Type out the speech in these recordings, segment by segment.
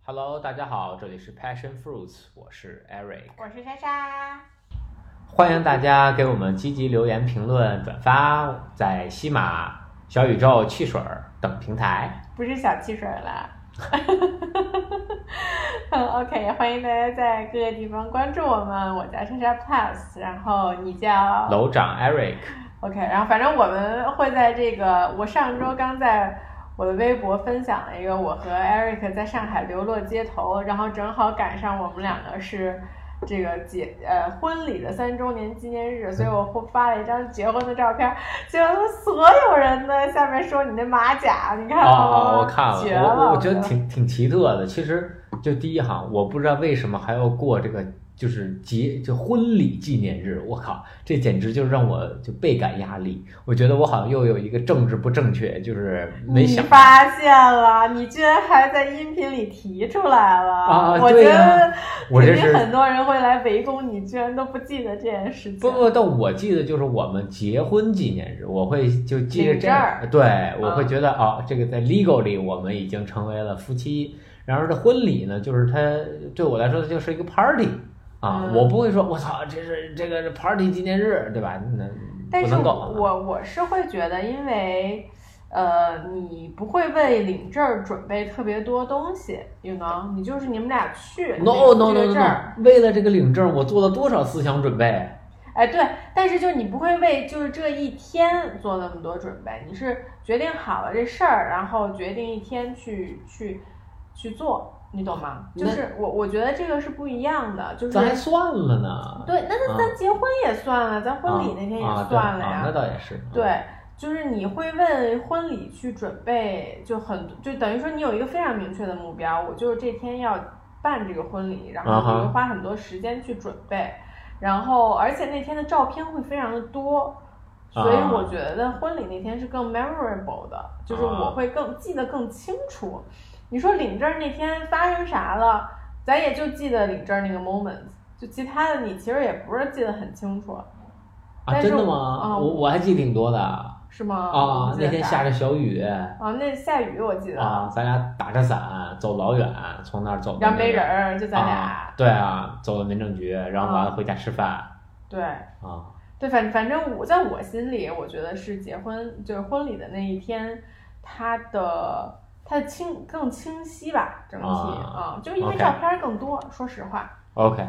Hello，大家好，这里是 Passion Fruits，我是 Eric， 我是莎莎。 欢迎大家给我们积极留言、评论、转发，在喜马、小宇宙、汽水等平台。 不是小汽水了。OK， 欢迎大家在各个地方关注我们。我叫莎莎 Plus， 然后你叫楼长 Eric。 OK， 然后反正我们会在这个，我上周刚在我的微博分享了一个我和 Eric 在上海流落街头，然后正好赶上我们两个是这个婚礼的3周年纪念日，所以我发了一张结婚的照片，结果所有人在下面说你那马甲，你看了吗？ 我看了， 我觉得挺奇特的。其实就第一行，我不知道为什么还要过这个。就是婚礼纪念日，我靠，这简直就让我就倍感压力。我觉得我好像又有一个政治不正确，就是没想到。 你发现了，你居然还在音频里提出来了啊！ 我觉得我这是很多人会来围攻你，居然都不记得这件事情。 不，但我记得就是我们结婚纪念日，我会就记着这儿，对，我会觉得这个在 legal 里我们已经成为了夫妻。然后这婚礼呢，就是它对我来说就是一个 party。我不会说我操，这个 party 纪念日，对吧？ 但是不能够。 我是会觉得，因为你不会为领证准备特别多东西 ，you know， 你就是你们俩去 no， 为了这个领证，我做了多少思想准备？ 哎，对，但是就你不会为就是这一天做那么多准备，你是决定好了这事儿，然后决定一天去做。你懂吗？就是我觉得这个是不一样的，就是咱还算了呢。 对，那咱结婚也算了，咱婚礼那天也算了呀。 那倒也是。 对，就是你会为婚礼去准备，就等于说你有一个非常明确的目标，我就是这天要办这个婚礼，然后你会花很多时间去准备，然后而且那天的照片会非常的多，所以我觉得婚礼那天是更 memorable 的，就是我会更记得更清楚。你说领证那天发生啥了，咱也就记得领证那个 moment， 就其他的你其实也不是记得很清楚。 真的吗？我还记得挺多的。 是吗？ 那天下着小雨。 那下雨我记得。 咱俩打着伞走老远，从那儿走。 然后没人就咱俩。 对啊，走到民政局，然后完了回家吃饭。 对。对，反正在我心里，我觉得是结婚就是婚礼的那一天，它更清晰吧，整体就因为照片更多，说实话。 OK。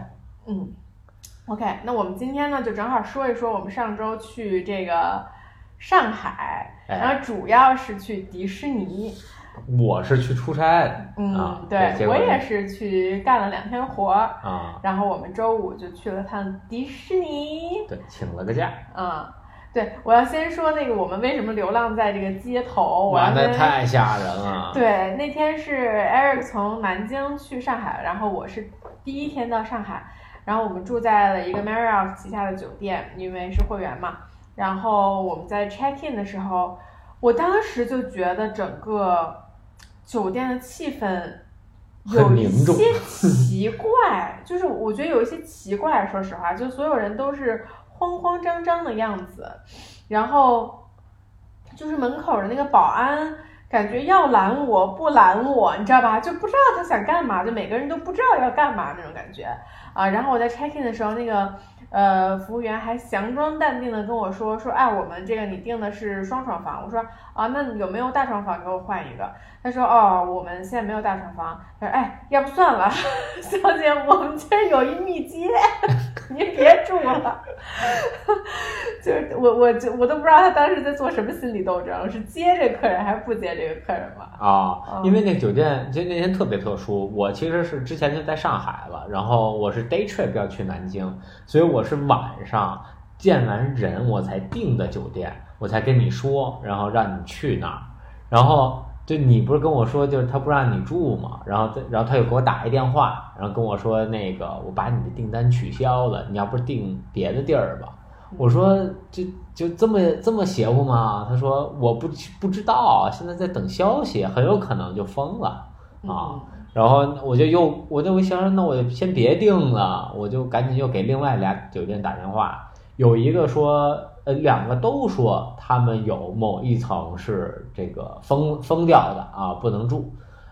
OK， 那我们今天呢就正好说一说我们上周去这个上海，然后主要是去迪士尼。 我是去出差的。 对，我也是去干了2天活然后我们周五就去了趟迪士尼。 对，请了个假。 对，我要先说那个我们为什么流浪在这个街头。 哇，那太吓人了。 对，那天是 Eric 从南京去上海，然后我是第一天到上海，然后我们住在了一个 Marriott 旗下的酒店，因为是会员嘛。然后我们在 check in 的时候，我当时就觉得整个酒店的气氛有一些奇怪，就是我觉得有一些奇怪，说实话，就所有人都是慌慌张张的样子，然后就是门口的那个保安感觉要拦我不拦我，你知道吧，就不知道他想干嘛，就每个人都不知道要干嘛那种感觉然后我在 check in 的时候，那个服务员还详装淡定的跟我说我们这个你订的是双床房。我说那你有没有大床房，给我换一个。他说我们现在没有大床房。他说要不算了，小姐，我们这儿有一密接，您别住了。就是我都不知道他当时在做什么心理斗争，是接这个客人还是不接这个客人吧。 因为那个酒店就那天特别特殊，我其实是之前就在上海了，然后我是 day trip 要去南京，所以我是晚上见完人我才订的酒店，我才跟你说，然后让你去那儿。然后就你不是跟我说就是他不让你住嘛，然后他又给我打一电话，然后跟我说那个我把你的订单取消了，你要不订别的地儿吧。我说就这么邪乎吗？他说我不知道，现在在等消息，很有可能就封了然后我就想那我就先别订了，我就赶紧又给另外2酒店打电话，有一个说2个都说他们有某一层是这个封掉的不能住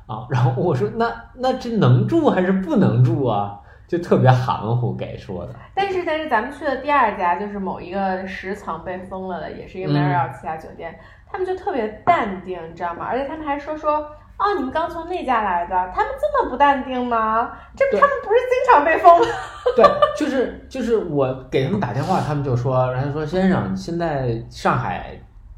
啊，然后我说那这能住还是不能住啊？就特别含糊给说的。 但是咱们去的第二家就是某一个10层被封了的，也是一个 Marriott 旗下酒店，他们就特别淡定，你知道吗？而且他们还说哦，你们刚从那家来的，他们这么不淡定吗？他们不是经常被封吗？ 对，就是我给他们打电话，他们就说，人家说先生，现在上海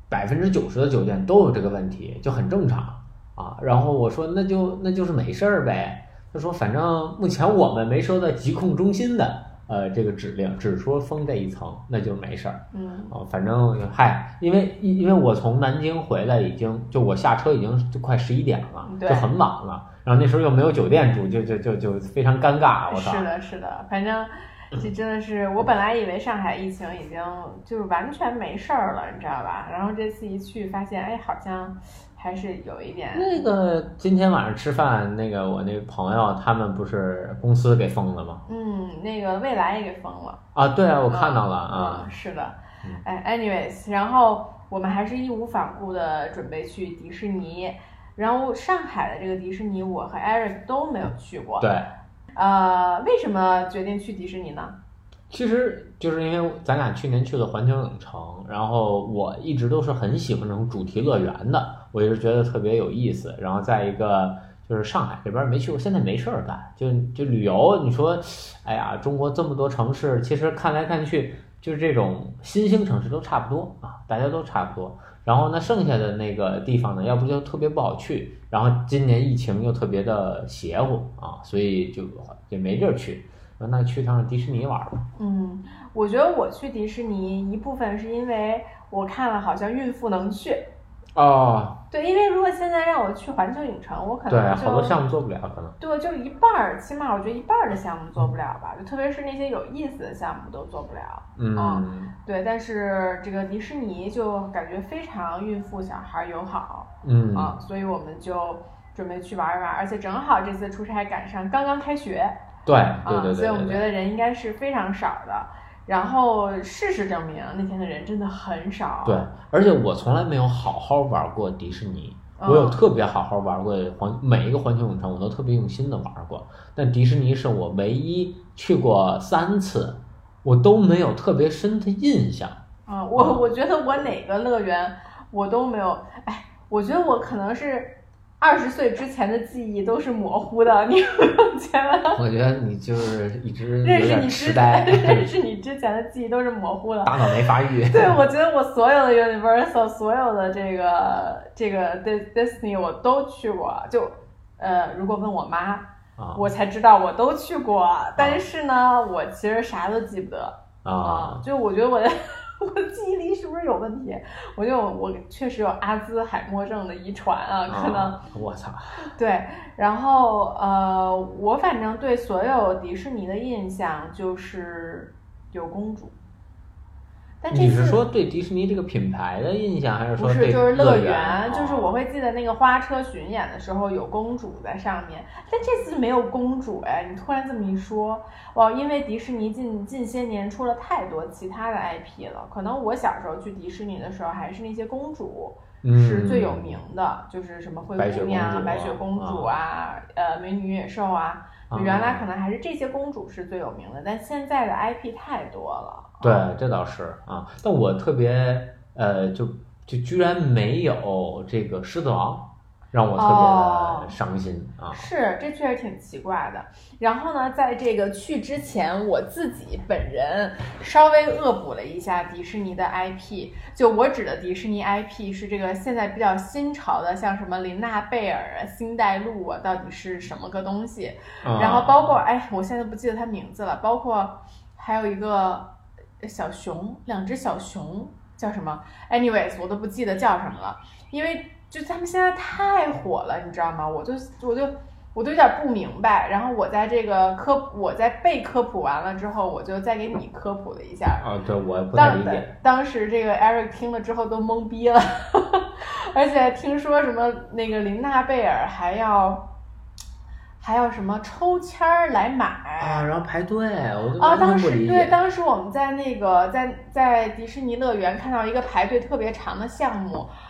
90%的酒店都有这个问题，就很正常啊。然后我说那就是没事儿呗。他说反正目前我们没收到疾控中心的这个指令，只说封这一层，那就没事儿。反正因为我从南京回来就我下车已经就快11点了，就很晚了。然后那时候又没有酒店住，就非常尴尬。我操！ 是的，反正这真的是我本来以为上海疫情已经就是完全没事儿了，你知道吧？然后这次一去发现，哎，好像还是有一点。 那个今天晚上吃饭，我那个朋友他们不是公司给封了吗？ 那个未来也给封了啊。对啊，我看到了啊。 是的。anyways， 然后我们还是义无反顾的准备去迪士尼。然后上海的这个迪士尼，我和 Eric 都没有去过。 对。 为什么决定去迪士尼呢？ 其实就是因为咱俩去年去了环球影城，然后我一直都是很喜欢这种主题乐园的，我一直觉得特别有意思。然后再一个就是上海这边没去过，现在没事儿干，就旅游。你说，哎呀，中国这么多城市，其实看来看去就是这种新兴城市都差不多啊，大家都差不多。然后呢，剩下的那个地方呢，要不就特别不好去，然后今年疫情又特别的邪乎啊，所以就没地儿去。那去趟迪士尼玩吧。 我觉得我去迪士尼一部分是因为我看了好像孕妇能去。对，因为如果现在让我去环球影城，我可能对好多项目做不了，可能对，就一半儿，起码我觉得一半儿的项目做不了吧，就特别是那些有意思的项目都做不了。对，但是这个迪士尼就感觉非常孕妇小孩友好。所以我们就准备去玩一玩，而且正好这次出差赶上刚刚开学。 对， 所以我们觉得人应该是非常少的。然后事实证明那天的人真的很少。 对，而且我从来没有好好玩过迪士尼，我有特别好好玩过每一个环球影城，我都特别用心的玩过。但迪士尼是我唯一去过3次，我都没有特别深的印象。 我觉得我哪个乐园我都没有。我觉得我可能是20岁之前的记忆都是模糊的，你有没有觉得？ 我觉得你就是一直有点痴呆。 认识你之前的记忆都是模糊的， 大脑没发育。 对，我觉得我所有的 Universal， 所有的这个 Disney 我都去过。就如果问我妈，我才知道我都去过。但是呢，我其实啥都记不得就我觉得我的记忆力是不是有问题？我确实有阿兹海默症的遗传可能。 我操！ 对，然后我反正对所有迪士尼的印象就是有公主。但你是说对迪士尼这个品牌的印象，还是说不是就是乐园？就是我会记得那个花车巡演的时候有公主在上面，但这次没有公主。你突然这么一说，因为迪士尼近些年出了太多其他的 IP 了，可能我小时候去迪士尼的时候还是那些公主是最有名的，就是什么灰姑娘、白雪公主美女与野兽原来可能还是这些公主是最有名的，但现在的 IP 太多了。 对，这倒是但我特别就居然没有这个狮子王，让我特别的伤心是，这确实挺奇怪的。然后呢，在这个去之前，我自己本人稍微恶补了一下迪士尼的 IP。就我指的迪士尼 IP 是这个现在比较新潮的，像什么琳娜贝尔、星黛露到底是什么个东西？然后包括我现在不记得它名字了，包括还有一个小熊，2只小熊叫什么 ？anyways， 我都不记得叫什么了，因为就他们现在太火了，你知道吗？我就有点不明白。然后我在这个我在被科普完了之后，我就再给你科普了一下。 对，我也不太理解。 当时这个 Eric 听了之后都懵逼了，而且听说什么那个琳娜贝尔还要什么抽签来买然后排队，我都完全不理解。 当时我们在那个在迪士尼乐园看到一个排队特别长的项目，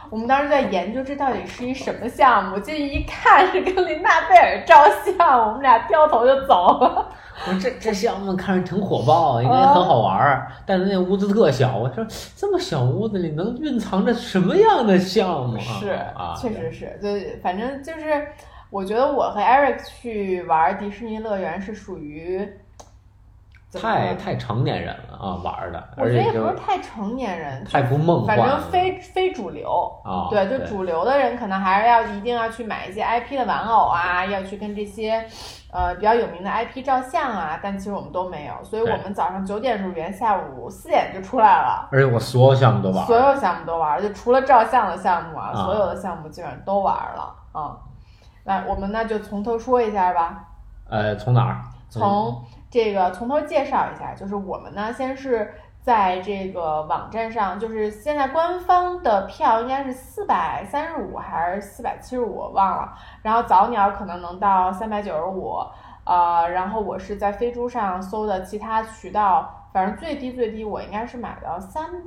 我们当时在研究这到底是一什么项目，就一看是跟琳娜贝尔照相，我们俩掉头就走了。 我说这项目看着挺火爆，应该很好玩儿，但是那屋子特小。我说这么小屋子里能蕴藏着什么样的项目啊？ 是啊， 确实是，就反正就是，我觉得我和 Eric 去玩迪士尼乐园是属于太成年人了啊玩的， 我觉得也不是太成年人， 太不梦幻了， 反正非主流啊。 对，就主流的人可能还是一定要去买一些 IP 的玩偶啊，要去跟这些比较有名的 IP 照相啊，但其实我们都没有，所以我们早上9点入园，下午4点就出来了。 而且我所有项目都玩了， 所有项目都玩了，就除了照相的项目啊，所有的项目基本上都玩了啊。那我们呢就从头说一下吧。 从哪儿？ 从这个从头介绍一下，就是我们呢先是在这个网站上，就是现在官方的票应该是435还是475，我忘了。然后早鸟可能能到395，然后我是在飞猪上搜的其他渠道，反正最低我应该是买到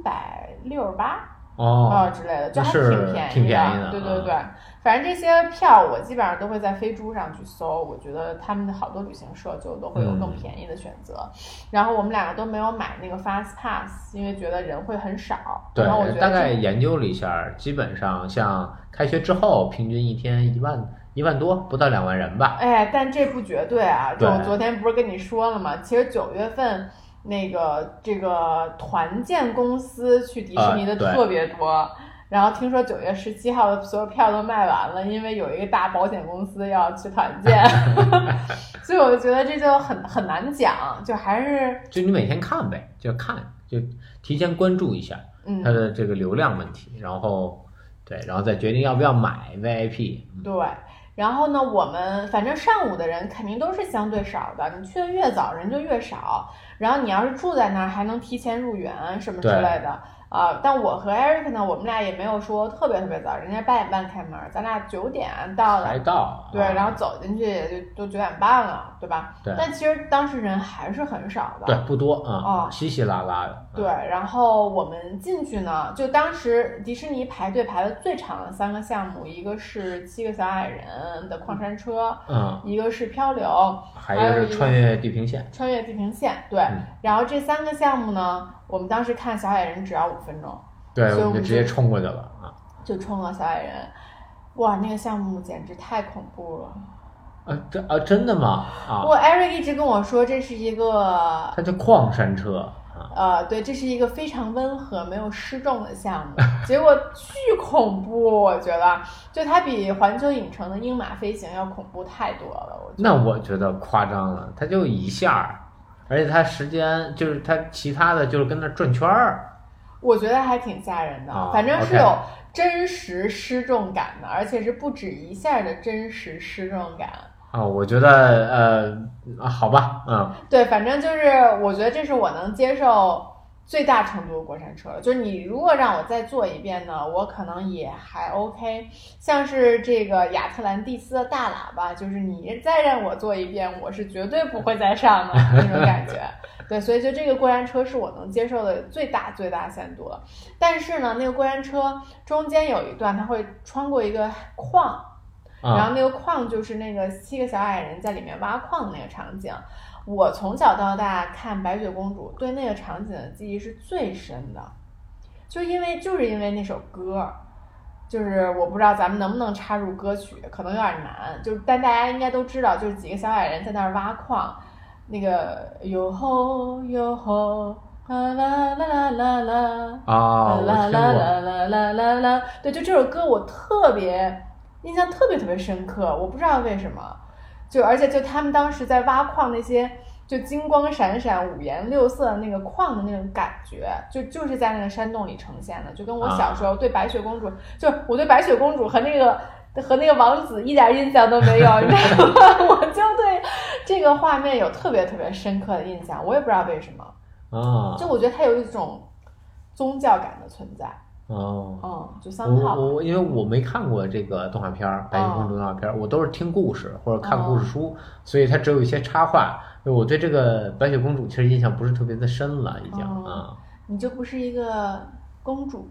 368之类的，就还挺便宜的。对对对，反正这些票我基本上都会在飞猪上去搜，我觉得他们的好多旅行社就都会有更便宜的选择。然后我们两个都没有买那个 Fast Pass， 因为觉得人会很少。 对， 然后我觉得大概研究了一下，基本上像开学之后，平均一天1万多，不到2万人吧。 哎，但这不绝对啊！就我昨天不是跟你说了吗？其实9月份。这个团建公司去迪士尼的特别多，然后听说9月17号的所有票都卖完了，因为有一个大保险公司要去团建，所以我就觉得这就很难讲，就还是就你每天看呗，就提前关注一下它的这个流量问题，然后再决定要不要买 VIP。 对。然后呢，我们反正上午的人肯定都是相对少的，你去的越早人就越少。然后你要是住在那儿，还能提前入园什么之类的。但我和 Eric 呢，我们俩也没有说特别早，人家8点半开门，咱俩9点到的。 才到。 对，然后走进去也就都9点半了，对吧？ 对。 但其实当时人还是很少的。 对，不多啊。稀稀拉拉的。 对，然后我们进去呢，就当时迪士尼排队排的最长的3个项目，一个是7个小矮人的矿山车，一个是漂流， 还有一个是穿越地平线。 对。然后这3个项目呢，我们当时看小矮人只要5分钟， 对， 所以我们就直接冲过去了啊， 就冲了小矮人。哇，那个项目简直太恐怖了。 真的吗？ 我 Eric 一直跟我说这是一个， 它叫矿山车。 对，这是一个非常温和、没有失重的项目，结果巨恐怖，我觉得，就它比环球影城的鹰马飞行要恐怖太多了。 我觉得夸张了，它就一下，而且它时间就是它其他的就是跟那转圈儿， 我觉得还挺吓人的，反正是有真实失重感的，而且是不止一下的真实失重感。 我觉得好吧， 对，反正就是我觉得这是我能接受最大程度的过山车了。就是你如果让我再做一遍呢，我可能也还 OK。像是这个亚特兰蒂斯的大喇叭，就是你再让我做一遍，我是绝对不会再上的那种感觉。对，所以就这个过山车是我能接受的最大限度了。但是呢，那个过山车中间有一段它会穿过一个矿。然后那个矿就是那个7个小矮人在里面挖矿的那个场景，我从小到大看白雪公主对那个场景的记忆是最深的，就是因为那首歌，就是我不知道咱们能不能插入歌曲，可能有点难，但大家应该都知道，就是几个小矮人在那儿挖矿，那个哟吼哟吼啦啦啦啦啦我听过，对，就这首歌我印象特别深刻，我不知道为什么，而且他们当时在挖矿那些就金光闪闪、五颜六色的那个矿的那种感觉，就是在那个山洞里呈现的，就跟我小时候对白雪公主，就是我对白雪公主和那个王子一点印象都没有，你知道吗？我就对这个画面有特别深刻的印象，我也不知道为什么，就我觉得它有一种宗教感的存在。就我因为我没看过这个动画片白雪公主动画片我都是听故事或者看故事书，所以它只有一些插画，我对这个白雪公主其实印象不是特别的深了，已经你就不是一个公主，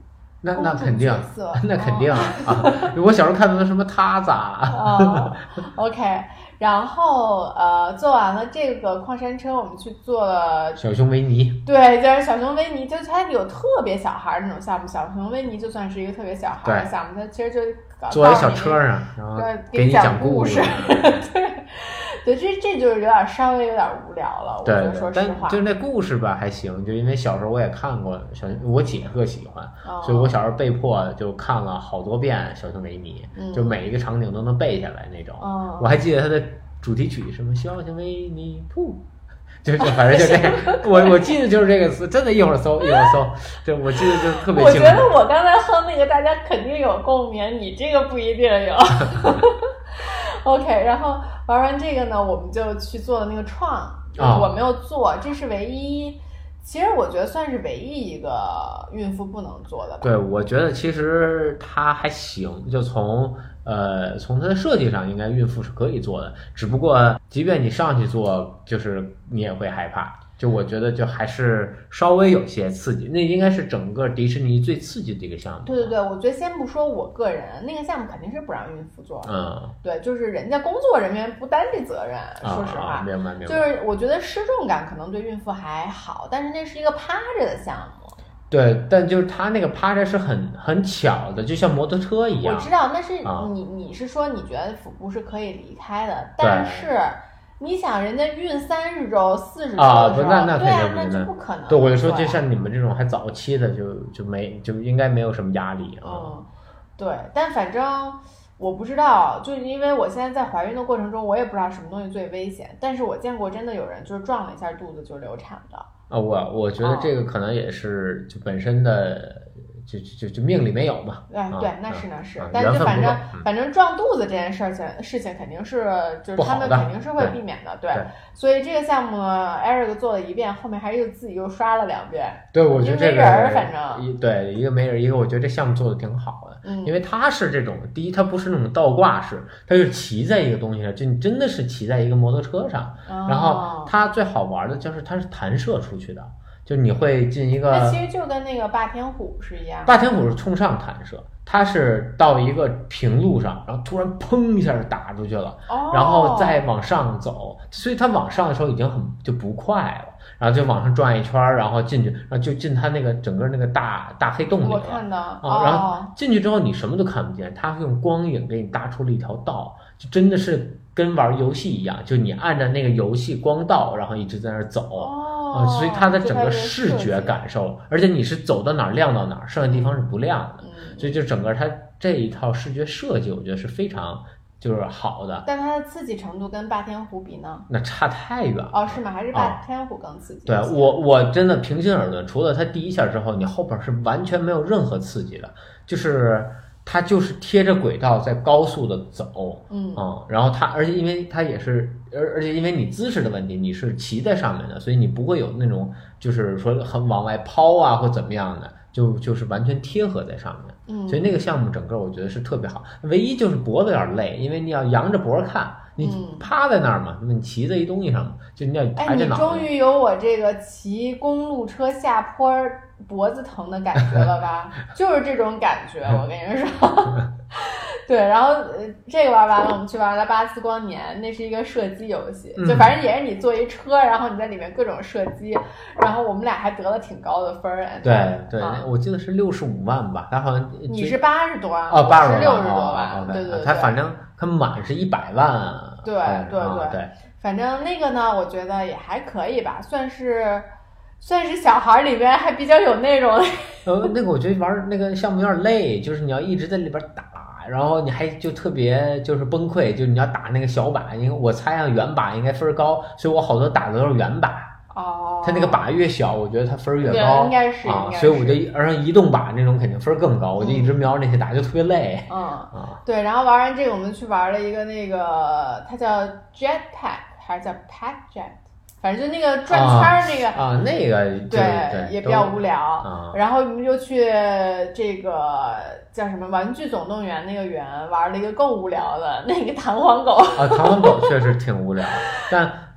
那肯定， 角色那肯定啊！我小时候看的什么他咋 ？OK， 然后做完了这个矿山车，我们去做了小熊维尼。 对，就是小熊维尼，就它有特别小孩那种项目，小熊维尼就算是一个特别小孩的项目，它其实就坐在小车上，然后给你讲故事。 对，这就是稍微有点无聊了，我觉得说实话。 但就是那故事吧还行，就因为小时候我也看过我姐特喜欢，所以我小时候被迫就看了好多遍小熊维尼，就每一个场景都能背下来那种。我还记得它的主题曲什么小熊维尼噗。就反正就这个，我记得就是这个词，真的，一会儿搜，就我记得就特别清楚。 我觉得我刚才哼那个大家肯定有共鸣，你这个不一定有。OK， 然后玩完这个呢，我们就去做了那个创，我没有做，这是唯一。其实我觉得算是唯一一个孕妇不能做的吧。 对，我觉得其实它还行，就从它的设计上，应该孕妇是可以做的，只不过即便你上去做，就是你也会害怕。就我觉得就还是稍微有些刺激，那应该是整个迪士尼最刺激的一个项目。 对，我觉得先不说我个人，那个项目肯定是不让孕妇做。对，就是人家工作人员不担这责任，说实话。 明白。 就是我觉得失重感可能对孕妇还好，但是那是一个趴着的项目。 对，但就是他那个趴着是很巧的，就像摩托车一样。 我知道，那是你是说你觉得腹部是可以离开的，但是。你想人家孕30周、40周的时候， 那肯定那就不可能。 对，我就说，就像你们这种还早期的，就应该没有什么压力对，但反正我不知道，就因为我现在在怀孕的过程中，我也不知道什么东西最危险，但是我见过真的有人就是撞了一下肚子就流产的。 我觉得这个可能也是就本身的。就命里没有嘛。 对，那是，但是反正撞肚子这件事情肯定是就是他们肯定是会避免的，对。所以这个项目 Eric 做了一遍，后面还是自己又刷了2遍。 对，我觉得这个反正对一个没人，一个我觉得这项目做的挺好的，因为它是这种，第一它不是那种倒挂式，它就是骑在一个东西上，就你真的是骑在一个摩托车上，然后它最好玩的就是它是弹射出去的。就你会进一个， 那其实就跟那个霸天虎是一样。 霸天虎是冲上弹射，它是到一个平路上，然后突然砰一下就打出去了，然后再往上走，所以它往上的时候已经就不快了，然后就往上转一圈，然后进去，然后就进它那个整个那个大黑洞里了。 我看到然后进去之后你什么都看不见，它会用光影给你搭出了一条道，就真的是跟玩游戏一样，就你按照那个游戏光道，然后一直在那儿走。所以它的整个视觉感受，而且你是走到哪儿亮到哪儿，剩下地方是不亮的，所以就整个它这一套视觉设计，我觉得是非常就是好的。 但它的刺激程度跟霸天虎比呢？ 那差太远了。 是吗？还是霸天虎更刺激？ 对，我真的平心而论，除了它第一下之后，你后边是完全没有任何刺激的，就是它就是贴着轨道在高速的走，然后而且因为它也是，而且因为你姿势的问题，你是骑在上面的，所以你不会有那种就是说很往外抛啊或怎么样的，就是完全贴合在上面，所以那个项目整个我觉得是特别好，唯一就是脖子有点累，因为你要扬着脖看。你趴在那儿嘛，你骑在一东西上嘛，就你要抬着脑袋。 你终于有我这个骑公路车下坡脖子疼的感觉了吧？就是这种感觉，我跟你说。对，然后这个玩完了，我们去玩了巴斯光年，那是一个射击游戏，就反正也是你坐一车，然后你在里面各种射击，然后我们俩还得了挺高的分儿。 对，我记得是65万吧，他好像你是80多万， 哦，80 多万，60多万，对， 他反正他满是100万。 对，反正那个呢，我觉得也还可以吧，算是小孩里边还比较有内容。 那个我觉得玩那个项目有点累，就是你要一直在里边打，然后你还就特别就是崩溃，就你要打那个小把，因为我猜圆把应该分高，所以我好多打的都是圆把。 它那个把越小，我觉得它分越高， 应该是所以我就而且移动把那种肯定分更高，我就一直瞄那些打，就特别累。 对，然后玩完这个，我们去玩了一个那个，它叫 Jetpack 还是叫 Pack Jet， 反正就那个转圈那个那个对也比较无聊。然后我们就去这个叫什么玩具总动员那个园玩了一个更无聊的那个弹簧狗。 弹簧狗确实挺无聊，但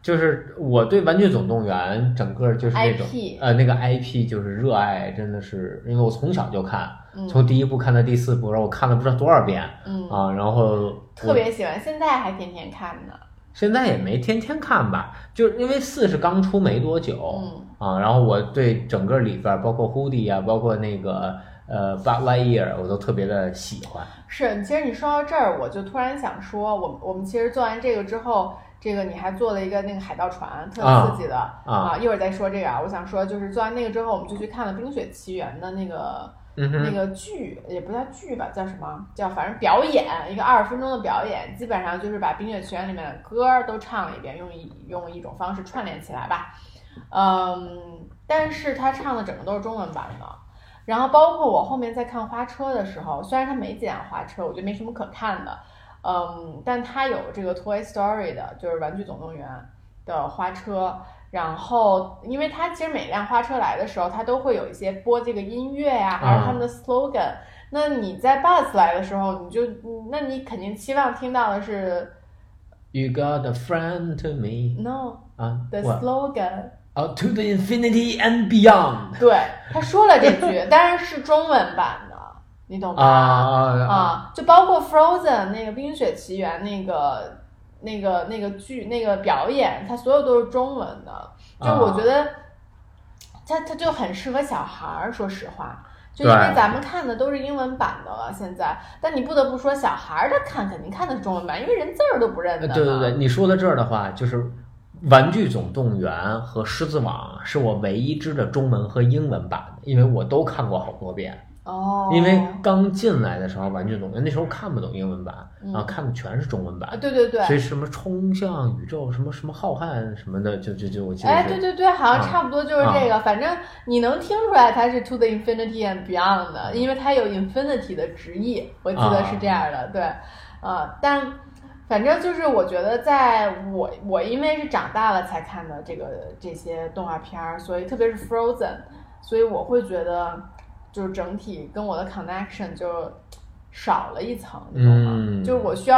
就是我对《玩具总动员》整个就是那种 IP 那个 IP 就是热爱，真的是因为我从小就看， 嗯从第1部看到第4部，然后我看了不知道多少遍，然后特别喜欢，现在还天天看呢。 现在也没天天看吧，就是因为4是刚出没多久，然后我对整个里边包括 Hoodie 啊，包括那个Buzz Lightyear 我都特别的喜欢。 是，其实你说到这儿，我就突然想说，我们其实做完这个之后，这个你还做了一个那个海盗船，特刺激的一会儿再说这个啊。我想说，就是做完那个之后，我们就去看了《冰雪奇缘》的那个剧，也不叫剧吧，叫什么？叫反正表演，一个20分钟的表演，基本上就是把《冰雪奇缘》里面的歌都唱了一遍，用一种方式串联起来吧。但是他唱的整个都是中文版的。然后包括我后面在看花车的时候，虽然他没剪花车，我觉得没什么可看的，但他有这个 Toy Story 的，就是玩具总动员的花车。然后因为他其实每辆花车来的时候，他都会有一些播这个音乐呀，还是他们的 slogan。那你在 Buzz 来的时候，那你肯定期望听到的是 You got a friend to me No the slogan。To the infinity and beyond。 对，他说了这句，当然是中文版的，你懂吧？就包括 Frozen 那个《冰雪奇缘》那个剧那个表演，它所有都是中文的。就我觉得它就很适合小孩儿，说实话。就因为咱们看的都是英文版的了，现在，但你不得不说，小孩的肯定看的是中文版，因为人字儿都不认得。 对，你说到这儿的话，就是《玩具总动员》和《狮子王》是我唯一知的中文和英文版的，因为我都看过好多遍。因为刚进来的时候，《玩具总动员》那时候看不懂英文版，然后看的全是中文版。 对， 所以什么冲向宇宙，什么浩瀚什么的，就我记得。 对，好像差不多就是这个。反正你能听出来它是 To the Infinity and Beyond 的，因为它有 Infinity 的直译，我记得是这样的。对，但反正就是我觉得，在我因为是长大了才看的这些动画片儿，所以特别是 Frozen， 所以我会觉得。就是整体跟我的 connection 就少了一层，你懂吗？就是我需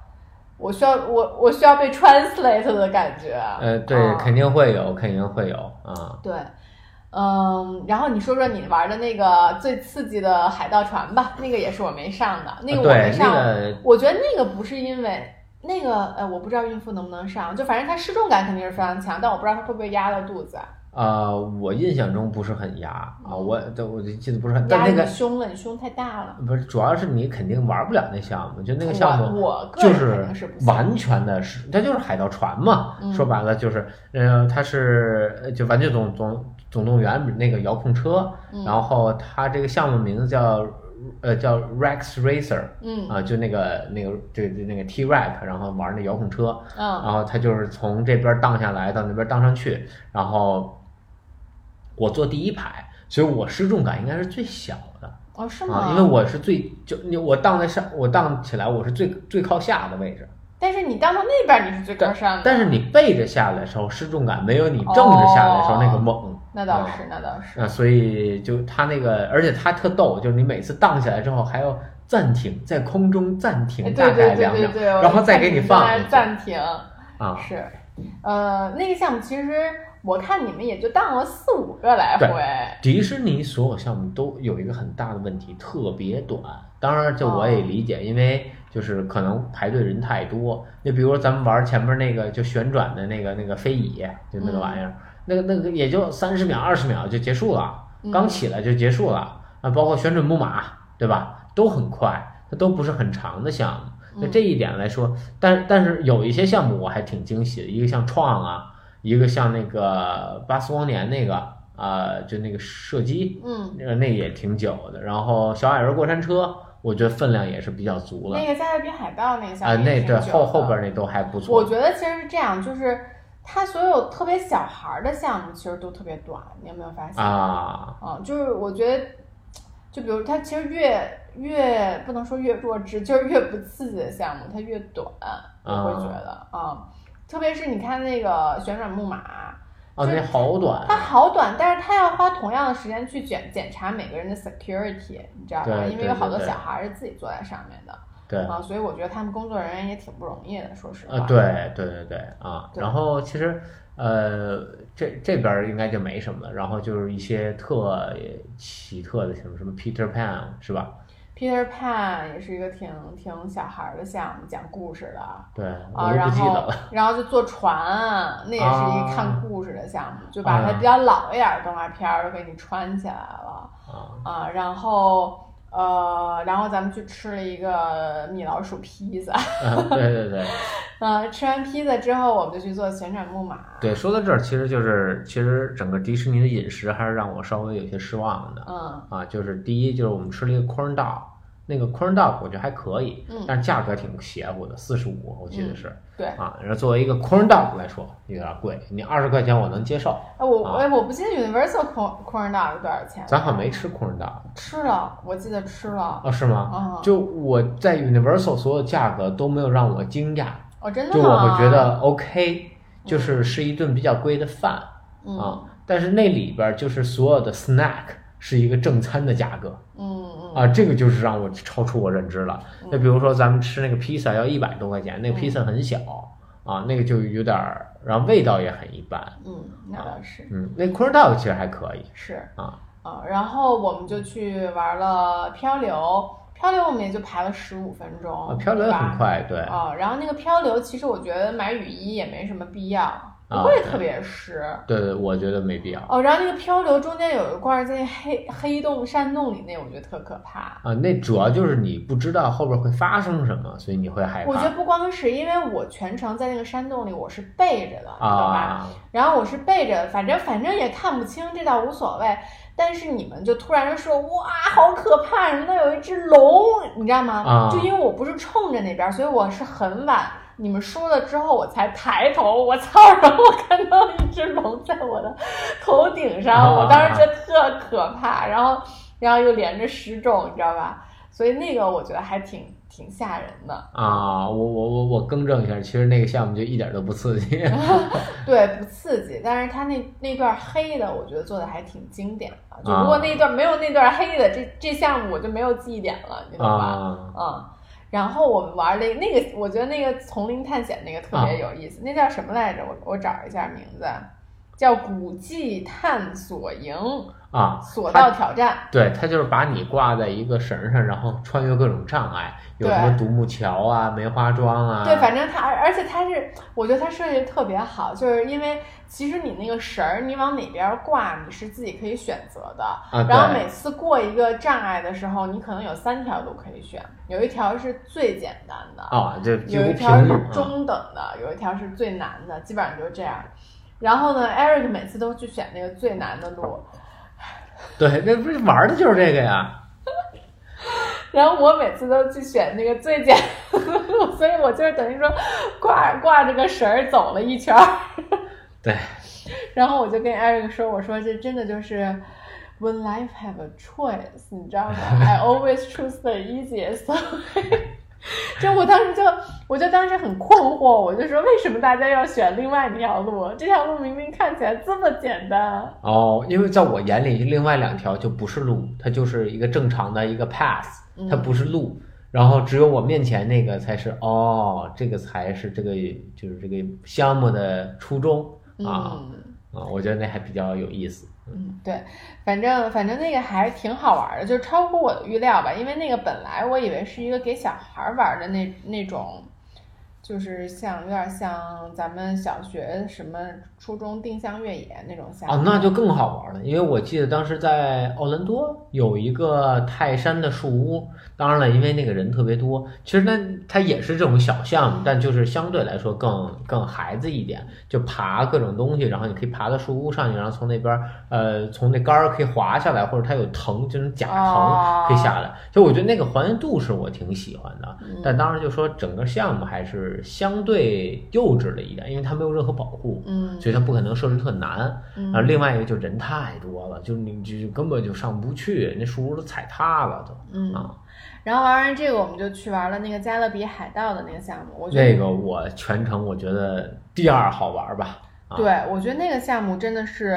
要被 translate 的感觉。 对，肯定会有对，然后你说说你玩的那个最刺激的海盗船吧，那个也是我没上的，那个我没上。我觉得那个不是因为那个我不知道孕妇能不能上，就反正它失重感肯定是非常强，但我不知道它会不会压到肚子。 我印象中不是很压我记得不是很压你胸了，你胸太大了。 不是，主要是你肯定玩不了那项目，就那个项目我就是完全的它就是海盗船嘛，说白了就是它是就玩具总动员那个遥控车，然后它这个项目名字叫 Rex Racer，就那个 T-Rex， 然后玩那遥控车，然后它就是从这边荡下来到那边荡上去，然后我坐第1排，所以我失重感应该是最小的。 是吗？ 因为我是我荡起来我是最靠下的位置。 但是你荡到那边你是最靠上的。 但是你背着下来的时候失重感没有你正着下来的时候那个猛。 那倒是。 所以就它那个，而且它特逗，就是你每次荡起来之后还要暂停，在空中暂停大概2秒，然后再给你放暂停。是，那个项目其实我看你们也就荡了4、5个来回。 迪士尼所有项目都有一个很大的问题，特别短。当然，就我也理解，因为就是可能排队人太多。就比如咱们玩前面那个就旋转的那个飞椅，就那个玩意儿，那个也就30秒、20秒就结束了，刚起来就结束了。包括旋转木马，对吧？都很快，它都不是很长的项目。那这一点来说，但是有一些项目我还挺惊喜的，一个像创啊，一个像那个巴斯光年那个就那个射击，那也挺久的。然后小矮人过山车，我觉得分量也是比较足了。 那个加勒比海盗那个项目那对后边那都还不错。 我觉得其实是这样，就是它所有特别小孩的项目其实都特别短，你有没有发现就是我觉得，就比如它其实越不能说越弱智，就是越不刺激的项目它越短，我会觉得特别是你看那个旋转木马。 那好短。 它好短，但是它要花同样的时间去检查每个人的 security， 你知道吧？因为有好多小孩是自己坐在上面的。 对啊，所以我觉得他们工作人员也挺不容易的，说实话。 对对对对啊， 对然后其实这边应该就没什么了，然后就是一些特奇特的什么 Peter Pan 是吧？ Peter Pan 也是一个挺小孩的项目，讲故事的。 对， 啊， 我都不记得了。 然后就坐船，那也是一个看故事的项目，就把它比较老一点的动画片儿都给你穿起来了。啊，然后咱们去吃了一个米老鼠披萨。 对对对。 吃完披萨之后，我们就去坐旋转木马。 对，说到这儿，其实整个迪士尼的饮食还是让我稍微有些失望的。就是第一就是我们吃了一个 corn dog， 那个 corn dog 我觉得还可以，但是价格挺邪乎的，45我记得是。 对然后作为一个 corn dog 来说有点贵，你20块钱我能接受。 我不记得 Universal corn dog 多少钱。 咱好像没吃 corn dog。 吃了，我记得吃了。 是吗？就我在 Universal 所有价格都没有让我惊讶。 真的就我会觉得 OK， 就是一顿比较贵的饭。但是那里边就是所有的 snack 是一个正餐的价格。这个就是让我超出我认知了。那比如说咱们吃那个披萨要100多块钱，那个披萨很小。那个就有点，然后味道也很一般。 那倒是。 那 corn dog 其实还可以。 是然后我们就去玩了漂流。漂流我们也就排了15分钟。 漂流很快，对。 然后那个漂流其实我觉得买雨衣也没什么必要，不会特别湿。 对，我觉得没必要。 然后那个漂流中间有一块在黑洞山洞里，那我觉得特可怕。 那主要就是你不知道后边会发生什么，所以你会害怕。 我觉得不光是因为我全程在那个山洞里我是背着的，你懂吧？然后我是背着，反正也看不清，这倒无所谓。但是你们就突然说哇好可怕，什么那有一只龙，你知道吗？就因为我不是冲着那边，所以我是很晚你们说了之后我才抬头，我操，然后我看到一只龙在我的头顶上，我当时觉得特可怕，然后又连着失重，你知道吧？所以那个我觉得还挺吓人的。 我更正一下，其实那个项目就一点都不刺激。 对，不刺激，但是他那段黑的我觉得做的还挺经典的。就如果那段没有那段黑的，这项目我就没有记忆点了，你懂吧？然后我们玩了那个，我觉得那个丛林探险那个特别有意思。那叫什么来着？我找一下名字，叫古迹探索营。索道挑战。 对，它就是把你挂在一个绳上，然后穿越各种障碍，有什么独木桥啊、梅花桩啊。 对，反正而且它是，我觉得它设计的特别好，就是因为其实你那个绳儿，你往哪边挂，你是自己可以选择的。然后每次过一个障碍的时候，你可能有3条路可以选，有一条是最简单的，有一条是中等的，有一条是最难的，基本上就是这样。然后呢 ，Eric 每次都去选那个最难的路。 对，那不是玩的就是这个呀。 然后我每次都去选那个最简单的路，所以我就是等于说挂着个绳儿走了一圈。 对。 然后我就跟 Eric 说，我说这真的就是 when life have a choice， 你知道吗？I always choose the easiest 。就我就当时很困惑，我就说为什么大家要选另外一条路？这条路明明看起来这么简单。 因为在我眼里，另外2条就不是路，它就是一个正常的一个 path， 它不是路。然后只有我面前那个才是这个才是这个就是这个项目的初衷我觉得那还比较有意思。 对，反正那个还挺好玩的，就超乎我的预料吧。因为那个本来我以为是一个给小孩玩的那种，就是有点像咱们小学什么初中定向越野那种项目。 那就更好玩了。因为我记得当时在奥兰多有一个泰山的树屋，当然了，因为那个人特别多，其实它也是这种小项目，但就是相对来说更孩子一点，就爬各种东西，然后你可以爬到树屋上去，然后从那边从那杆儿可以滑下来，或者它有藤这种假藤可以下来。就我觉得那个还原度是我挺喜欢的，但当然就说整个项目还是相对幼稚了一点，因为它没有任何保护，所以它不可能设置特难。然后另外一个就人太多了，就是你就根本就上不去，那树屋都踩塌了都。 然后玩完这个，我们就去玩了那个加勒比海盗的那个项目。 那个我全程我觉得第2好玩吧。 对，我觉得那个项目真的是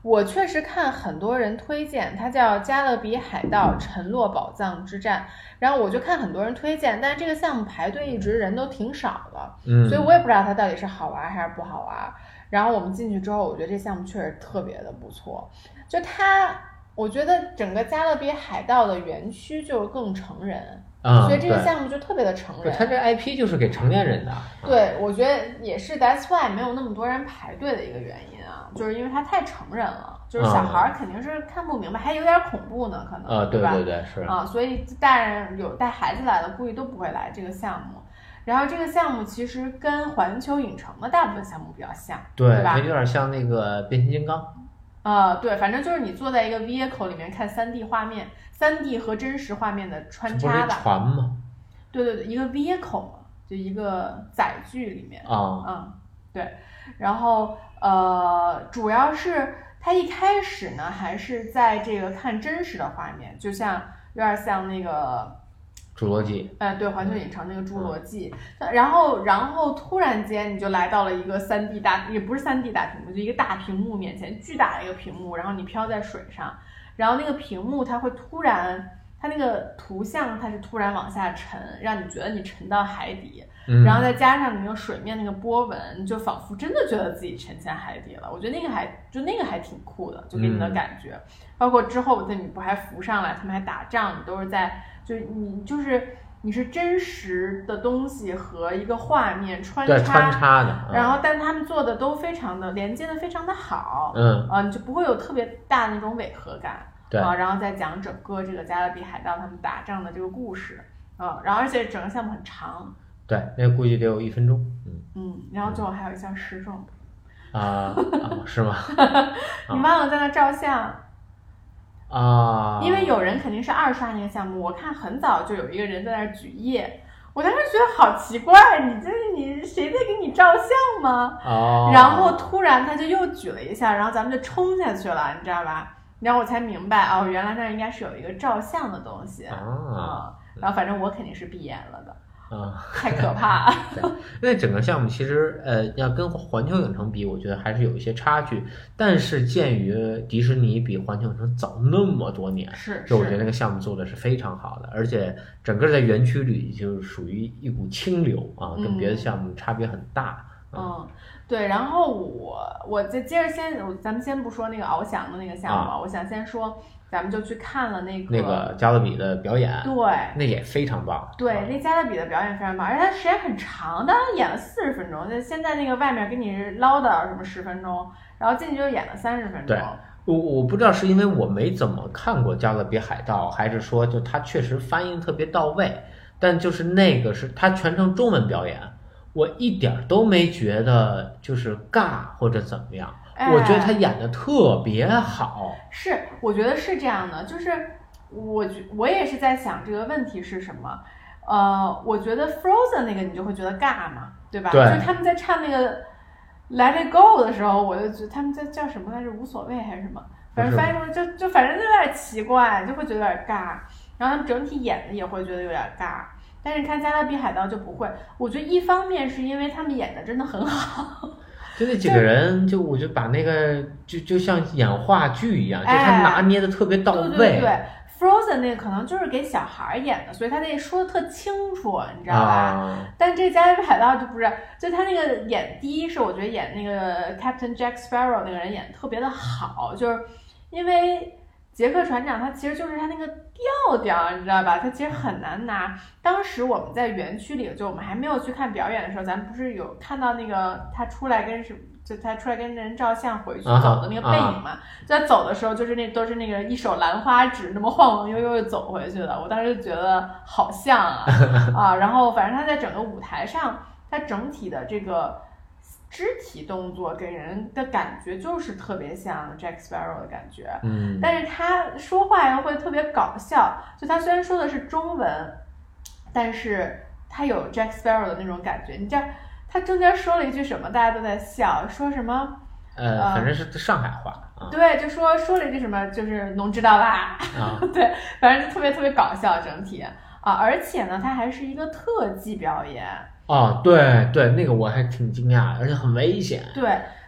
我确实看很多人推荐，它叫加勒比海盗沉落宝藏之战，然后我就看很多人推荐，但是这个项目排队一直人都挺少的，所以我也不知道它到底是好玩还是不好玩。然后我们进去之后，我觉得这项目确实特别的不错，就我觉得整个加勒比海盗的园区就是更成人。所以这个项目就特别的成人， 它这 IP 就是给成年人的。 对，我觉得也是 that's why 没有那么多人排队的一个原因啊，就是因为它太成人了，就是小孩肯定是看不明白，还有点恐怖呢，可能对吧？ 对是啊，所以大人有带孩子来的，估计都不会来这个项目。然后这个项目其实跟环球影城的大部分项目比较像，对吧？ 它有点像那个变形金刚。 对，反正就是你坐在一个 vehicle 里面看3D 画面，3D 和真实画面的穿插吧。 不是船吗？ 对，一个 vehicle 嘛，就一个载具里面。对。然后主要是它一开始呢，还是在这个看真实的画面，就像有点像那个侏罗纪， 对，环球影城那个侏罗纪，然后突然间你就来到了一个3D 也不是3D 大屏幕，就一个大屏幕面前，巨大的一个屏幕，然后你飘在水上，然后那个屏幕它会突然，它那个图像它是突然往下沉，让你觉得你沉到海底，然后再加上你那个水面那个波纹，你就仿佛真的觉得自己沉下海底了。我觉得那个还挺酷的，就给你的感觉，包括之后你不还浮上来，他们还打仗，你都是在。你是真实的东西和一个画面穿插的， 然后但他们做的都非常的连接的非常的好，你就不会有特别大的那种违和感，然后再讲整个这个加勒比海盗他们打仗的这个故事，然后而且整个项目很长， 对，那估计得有1分钟， 然后最后还有一项时装是吗？ 你忘了在那照相。因为有人肯定是2刷那个项目，我看很早就有一个人在那举叶，我当时觉得好奇怪，你谁在给你照相吗？然后突然他就又举了一下，然后咱们就冲下去了，你知道吧？然后我才明白原来那应该是有一个照相的东西然后反正我肯定是闭眼了的。太可怕了。 对，因为整个项目其实要跟环球影城比，我觉得还是有一些差距。但是鉴于迪士尼比环球影城早那么多年，所以我觉得那个项目做的是非常好的，而且整个在园区里就属于一股清流跟别的项目差别很大。 对，然后我再接着咱们先不说那个翱翔的那个项目，我想先说。咱们就去看了那个加勒比的表演， 对， 那也非常棒。 对，那加勒比的表演非常棒，而且它时间很长，当时演了40分钟。现在那个外面给你唠叨什么10分钟，然后进去就演了30分钟。 对，我不知道是因为我没怎么看过加勒比海盗，还是说就它确实翻译特别到位，但就是那个是它全程中文表演，我一点都没觉得就是尬或者怎么样。我觉得他演的特别好， 是，我觉得是这样的，就是我也是在想这个问题是什么，我觉得 Frozen 那个你就会觉得尬嘛，对吧？ 对， 就他们在唱那个 Let It Go 的时候，我就觉得他们在叫什么来着，无所谓还是什么，反正翻译出就反正就有点奇怪，就会觉得有点尬，然后他们整体演的也会觉得有点尬。但是看加勒比海盗就不会，我觉得一方面是因为他们演的真的很好。 就那几个人，我就把那个就像演话剧一样，就他拿捏的特别到位。 对 ，Frozen 那个可能就是给小孩演的，所以他那说的特清楚，你知道吧？但这加勒比海盗就不是，就他那个第一是我觉得演那个 Captain Jack Sparrow 那个人演的特别的好，就是因为杰克船长他其实就是他那个调，你知道吧？他其实很难拿。当时我们在园区里，就我们还没有去看表演的时候，咱们不是有看到那个他出来跟人照相回去走的那个背影嘛？就他走的时候，就是都是那个一手兰花指那么晃晃悠悠的走回去的。我当时就觉得好像然后反正他在整个舞台上，他整体的这个肢体动作给人的感觉就是特别像 Jack Sparrow 的感觉，但是他说话又会特别搞笑，就他虽然说的是中文，但是他有 Jack Sparrow 的那种感觉。你知道他中间说了一句什么，大家都在笑，说什么？ 反正是上海话对，就说了一句什么，就是侬知道吧？对，反正就特别特别搞笑整体而且呢，它还是一个特技表演。 对，那个我还挺惊讶的，而且很危险。 对，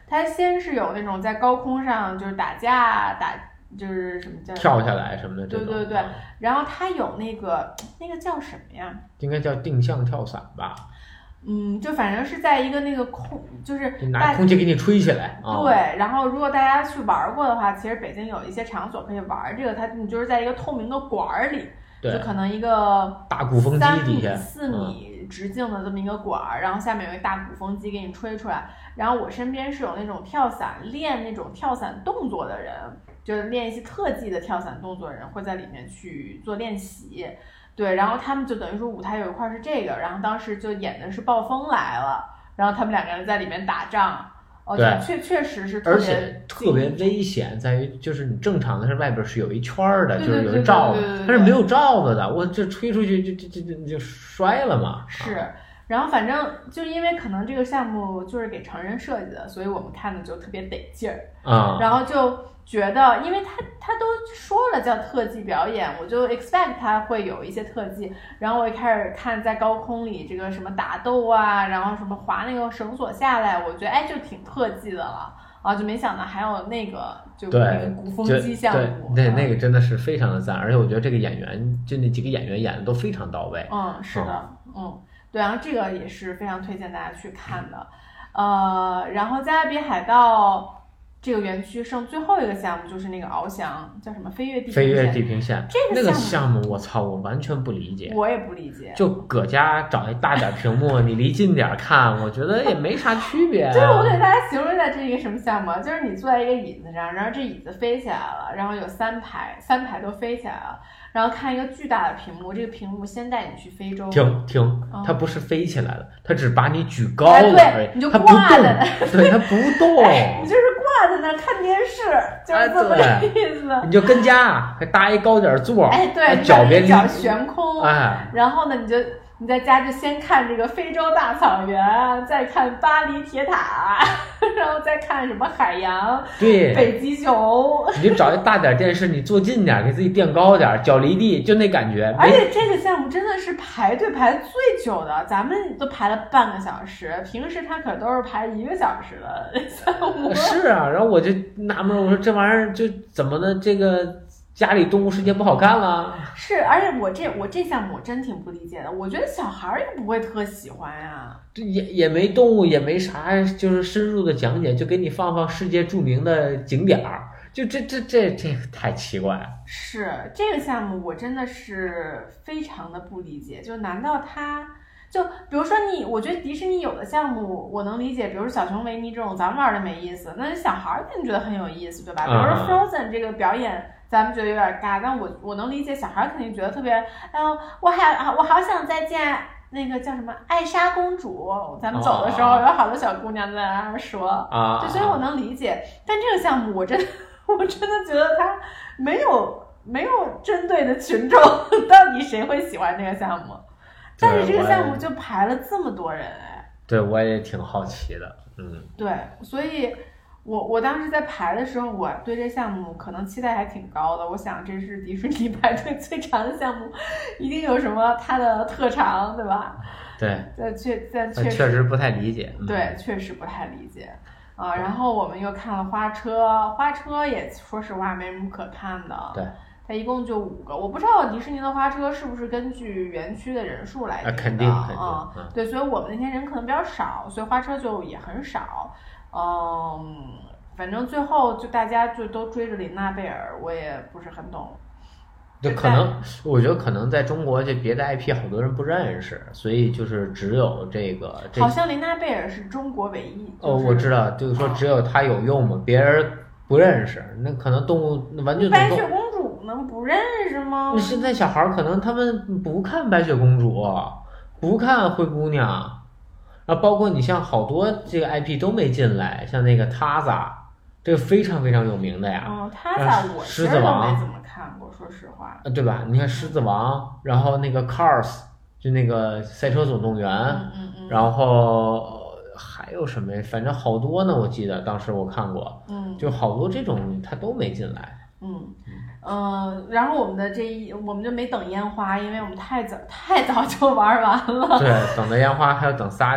它先是有那种在高空上就是打架就是什么叫跳下来什么的这种。 对，然后它有那个叫什么呀？ 应该叫定向跳伞吧。 就反正是在一个那个就是拿空气给你吹起来。 对，然后如果大家去玩过的话，其实北京有一些场所可以玩这个，你就是在一个透明的管里，就可能一个大鼓风机底下 3米直径的这么一个管，然后下面有一个大鼓风机给你吹出来。然后我身边是有那种练那种跳伞动作的人，就是练一些特技的跳伞动作的人会在里面去做练习。对，然后他们就等于说舞台有一块是这个，然后当时就演的是暴风来了，然后他们2个人在里面打仗。 对， 确实是而且特别危险，在于就是你正常的是外边是有一圈的，就是有一罩子，它是没有罩子的，我这吹出去就摔了嘛。 是，然后反正就因为可能这个项目就是给成人设计的，所以我们看的就特别得劲儿然后就觉得，因为他都说了叫特技表演，我就 expect 他会有一些特技，然后我一开始看在高空里这个什么打斗啊，然后什么滑那个绳索下来，我觉得就挺特技的了就没想到还有那个就那个鼓风机项目， 对，那个真的是非常的赞，而且我觉得这个演员就那几个演员演的都非常到位。 是的，对，然后这个也是非常推荐大家去看的，然后加勒比海盗这个园区剩最后一个项目就是那个翱翔，叫什么飞越地平线。 这个项目我操，我完全不理解。 我也不理解。 就搁家找一大点屏幕，你离近点看，我觉得也没啥区别。 就是我给大家形容一下这是一个什么项目，就是你坐在一个椅子上，然后这椅子飞起来了，然后有3排都飞起来了。然后看一个巨大的屏幕，这个屏幕先带你去非洲。 停，它不是飞起来了，它只把你举高了而已， 你就挂在那， 对，它不动， 你就是挂在那看电视，就是这么个意思。 你就跟家还搭一高点座， 对， 脚别脚悬空，然后呢，你在家就先看这个非洲大草原，再看巴黎铁塔，然后再看什么海洋， 对， 北极熊。 你就找一大点电视，你坐近点，给自己垫高点，脚离地，就那感觉。 而且这个项目真的是排队排的最久的，咱们都排了半个小时，平时他可都是排1个小时的项目。 是啊，然后我就纳闷，我说这玩意儿就怎么的这个。家里动物世界不好看了， 是，而且我这项目我真挺不理解的，我觉得小孩也不会特喜欢呀。 这也没动物，也没啥，就是深入的讲解，就给你放世界著名的景点儿，就这太奇怪了。 是这个项目我真的是非常的不理解，就难道就比如说我觉得迪士尼有的项目我能理解，比如说小熊维尼这种咱们玩的没意思，那小孩肯定觉得很有意思，对吧？比如说 Frozen 这个表演。咱们觉得有点尬，但我能理解，小孩肯定觉得特别，我好想再见那个叫什么艾莎公主。咱们走的时候有好多小姑娘在那儿说对，所以我能理解。但这个项目我真的觉得它没有针对的群众，到底谁会喜欢这个项目？但是这个项目就排了这么多人对，我也挺好奇的， 对，所以。我当时在排的时候，我对这项目可能期待还挺高的。我想这是迪士尼排队最长的项目，一定有什么它的特长，对吧？ 对， 确实不太理解。 对，确实不太理解然后我们又看了花车也说实话没什么可看的。 对， 它一共就5个，我不知道迪士尼的花车是不是根据园区的人数来定的肯定对，所以我们那天人可能比较少，所以花车就也很少。反正最后就大家就都追着琳娜贝尔，我也不是很懂。 就可能，我觉得可能在中国这别的 IP 好多人不认识，所以就是只有这个。 好像琳娜贝尔是中国唯一。 我知道，就是说只有它有用嘛，别人不认识。那可能动物玩具总动。 白雪公主能不认识吗？ 现在小孩可能他们不看白雪公主，不看灰姑娘。包括你像好多这个 IP 都没进来，像那个塔萨，这个非常非常有名的呀。 塔萨我狮子王没怎么看过，说实话。 对吧？你看狮子王，然后那个 Cars 就那个赛车总动员，然后还有什么呀？反正好多呢，我记得当时我看过，就好多这种它都没进来。 然后我们就没等烟花，因为我们太早就玩完了。 对，等的烟花还要等3点。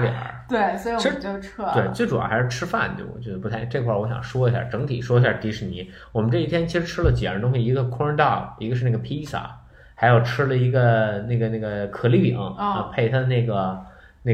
对，所以我们就撤了。 对，最主要还是吃饭，就我觉得不太这块我想说一下，整体说一下迪士尼。我们这一天其实吃了几样东西，一个 corn dog， 一个是那个披萨，还有吃了一个那个可丽饼配它那个那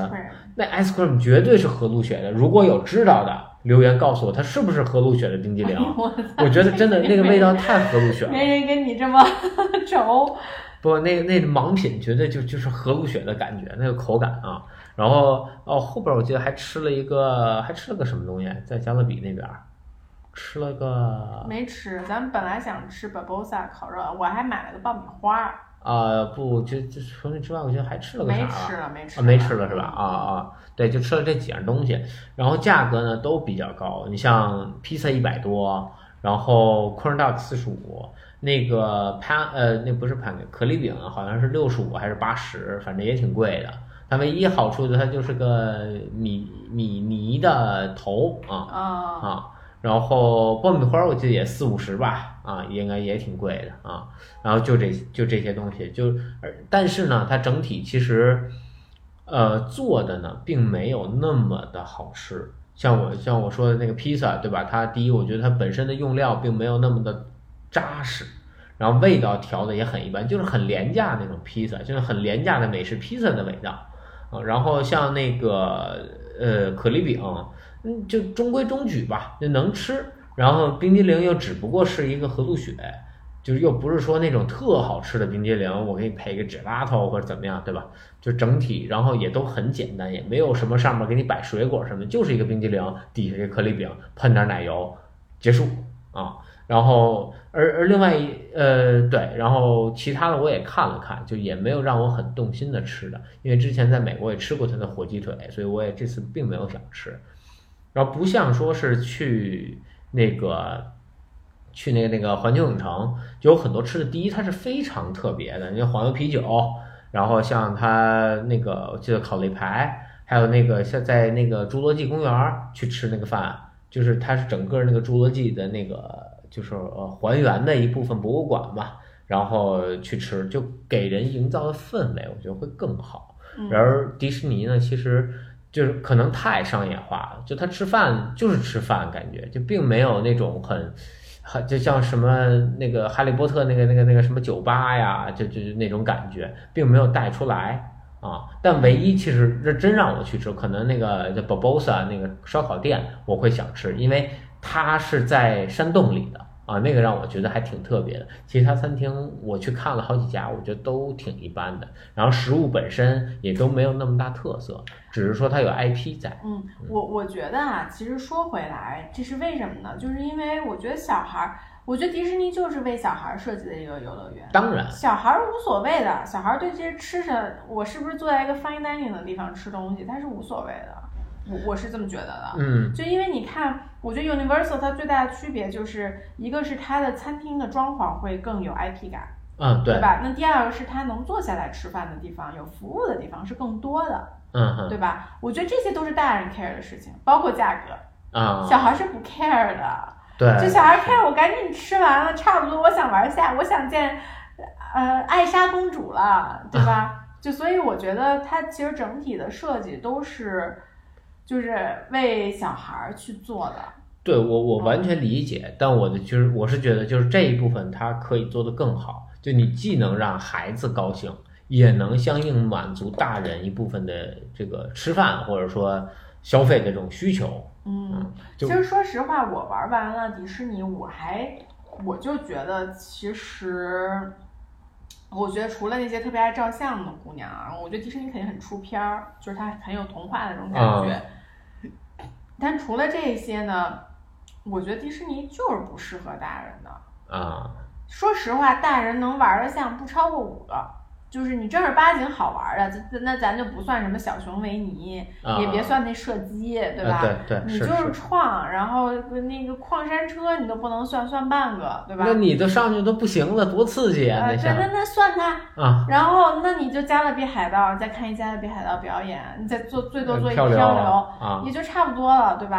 ice cream 绝对是和路雪的，如果有知道的留言告诉我它是不是和路雪的冰激凌。我觉得真的那个味道太和路雪了， 没人跟你这么轴。 不，那盲品绝对就是和路雪的感觉，那个口感啊。然后后边我记得还吃了个什么东西，在加勒比那边吃了个没吃，咱们本来想吃 Barbosa 烤肉，我还买了个爆米花。 不，就除了之外，我觉得还吃了个啥？ 没吃了是吧？对，就吃了这几样东西，然后价格呢都比较高。你像披萨100多，然后 corn dog 45，那个那不是可丽饼好像是65还是80，反正也挺贵的。它唯一好处的它就是个米泥的头然后爆米花我记得也40-50吧，应该也挺贵的啊。然后就这些东西，但是呢，它整体其实做的呢并没有那么的好吃。像我说的那个披萨，对吧？它第一，我觉得它本身的用料并没有那么的扎实，然后味道调的也很一般，就是很廉价那种披萨，就是很廉价的美式披萨的味道。然后像那个可丽饼，就中规中矩吧，就能吃。然后冰激凌又只不过是一个和路雪，就是又不是说那种特好吃的冰激凌，我给你配一个 gelato 或者怎么样，对吧？就整体，然后也都很简单，也没有什么上面给你摆水果什么，就是一个冰激凌，底下一个可丽饼，喷点奶油，结束啊。然后而另外对，然后其他的我也看了看，就也没有让我很动心的吃的，因为之前在美国也吃过它的火鸡腿，所以我也这次并没有想吃。然后不像说是去那个环球影城，就有很多吃的。第一，它是非常特别的，因为黄油啤酒，然后像它那个我记得烤肋排，还有那个像在那个侏罗纪公园去吃那个饭，就是它是整个那个侏罗纪的那个就是还原的一部分博物馆吧，然后去吃，就给人营造的氛围我觉得会更好。而迪士尼呢，其实就是可能太商业化了，就他吃饭就是吃饭，感觉就并没有那种很就像什么那个哈利波特那个什么酒吧呀，就那种感觉并没有带出来啊。但唯一其实这真让我去吃，可能那个叫 Barbosa 那个烧烤店我会想吃，因为它是在山洞里的啊，那个让我觉得还挺特别的。其他餐厅我去看了好几家，我觉得都挺一般的，然后食物本身也都没有那么大特色，只是说它有 IP 在。 我觉得啊，其实说回来，这是为什么呢？就是因为我觉得我觉得迪士尼就是为小孩设计的一个游乐园。 当然， 小孩无所谓的，小孩对这些吃的，我是不是坐在一个 fine dining 的地方吃东西，他是无所谓的。我是这么觉得的，就因为你看，我觉得 Universal 它最大的区别就是一个是它的餐厅的装潢会更有 IP 感，对吧？那第二个是它能坐下来吃饭的地方，有服务的地方是更多的，对吧？我觉得这些都是大人 care 的事情，包括价格小孩是不 care 的， 对， 就小孩 care 我赶紧吃完了，差不多我想玩下，我想见艾莎公主了，对吧？就所以我觉得它其实整体的设计都是。就是为小孩去做的， 对我完全理解，但我是觉得就是这一部分它可以做得更好，就你既能让孩子高兴，也能相应满足大人一部分的这个吃饭或者说消费的这种需求。 其实说实话，我玩完了迪士尼，我就觉得其实。我觉得除了那些特别爱照相的姑娘啊，我觉得迪士尼肯定很出片儿，就是它很有童话的那种感觉。但除了这些呢，我觉得迪士尼就是不适合大人的。说实话，大人能玩的项不超过5个，就是你正儿八经好玩的，那咱就不算什么小熊维尼，也别算那射击，对吧？ 对， 你就是创，然后那个矿山车你都不能算半个，对吧？ 那你都上去都不行了，多刺激啊！ 对，那算它啊。然后那你就加勒比海盗，再看一加勒比海盗表演，你再最多做一个漂流，也就差不多了，对吧？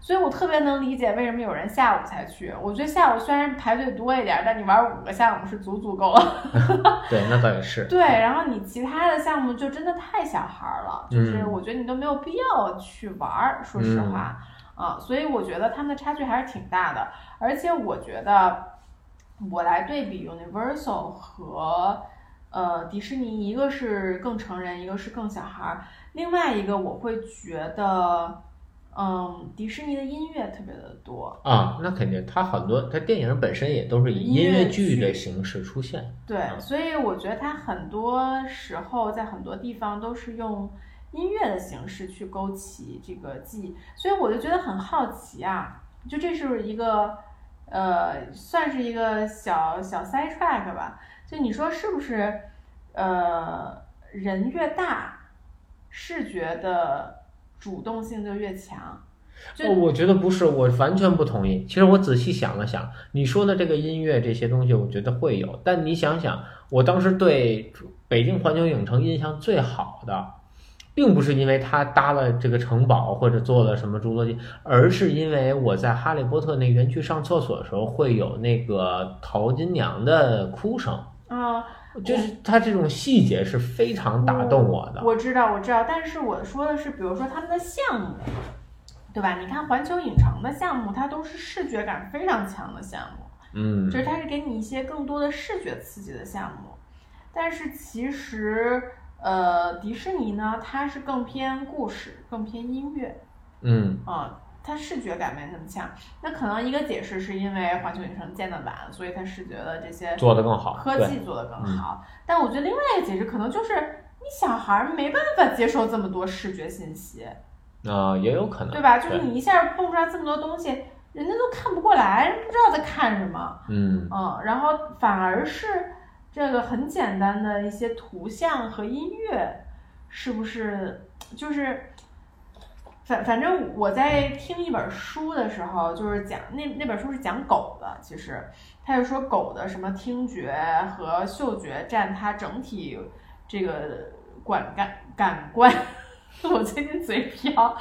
所以我特别能理解为什么有人下午才去。我觉得下午虽然排队多一点，但你玩5个项目是足够了。 对，那倒也是。 对，然后你其他的项目就真的太小孩了，就是我觉得你都没有必要去玩，说实话。所以我觉得他们的差距还是挺大的。而且我觉得我来对比 Universal 和迪士尼，一个是更成人，一个是更小孩，另外一个我会觉得迪士尼的音乐特别的多啊，那肯定，它很多，它电影本身也都是以音乐剧的形式出现。 对，所以我觉得它很多时候在很多地方都是用音乐的形式去勾起这个记忆，所以我就觉得很好奇啊，就这是一个算是一个小 side track 吧，就你说是不是人越大，视觉的主动性就越强？ 我觉得不是，我完全不同意。其实我仔细想了想，你说的这个音乐这些东西，我觉得会有。但你想想，我当时对北京环球影城印象最好的，并不是因为它搭了这个城堡或者做了什么侏罗纪，而是因为我在哈利波特那园区上厕所的时候，会有那个淘金娘的哭声啊。就是它这种细节是非常打动我的。 我知道，但是我说的是，比如说他们的项目，对吧？你看环球影城的项目，它都是视觉感非常强的项目，就是它是给你一些更多的视觉刺激的项目。但是其实，迪士尼呢，它是更偏故事，更偏音乐，它视觉感没那么强。那可能一个解释是因为环球影城建的晚，所以它视觉的这些做得更好， 科技做得更好。但我觉得另外一个解释可能就是你小孩没办法接受这么多视觉信息。 也有可能， 对吧？就是你一下蹦出来这么多东西，人家都看不过来，人不知道在看什么。然后反而是这个很简单的一些图像和音乐，是不是就是反正我在听一本书的时候，就是讲那本书是讲狗的，其实他就说狗的什么听觉和嗅觉占它整体这个感官。我最近嘴瓢，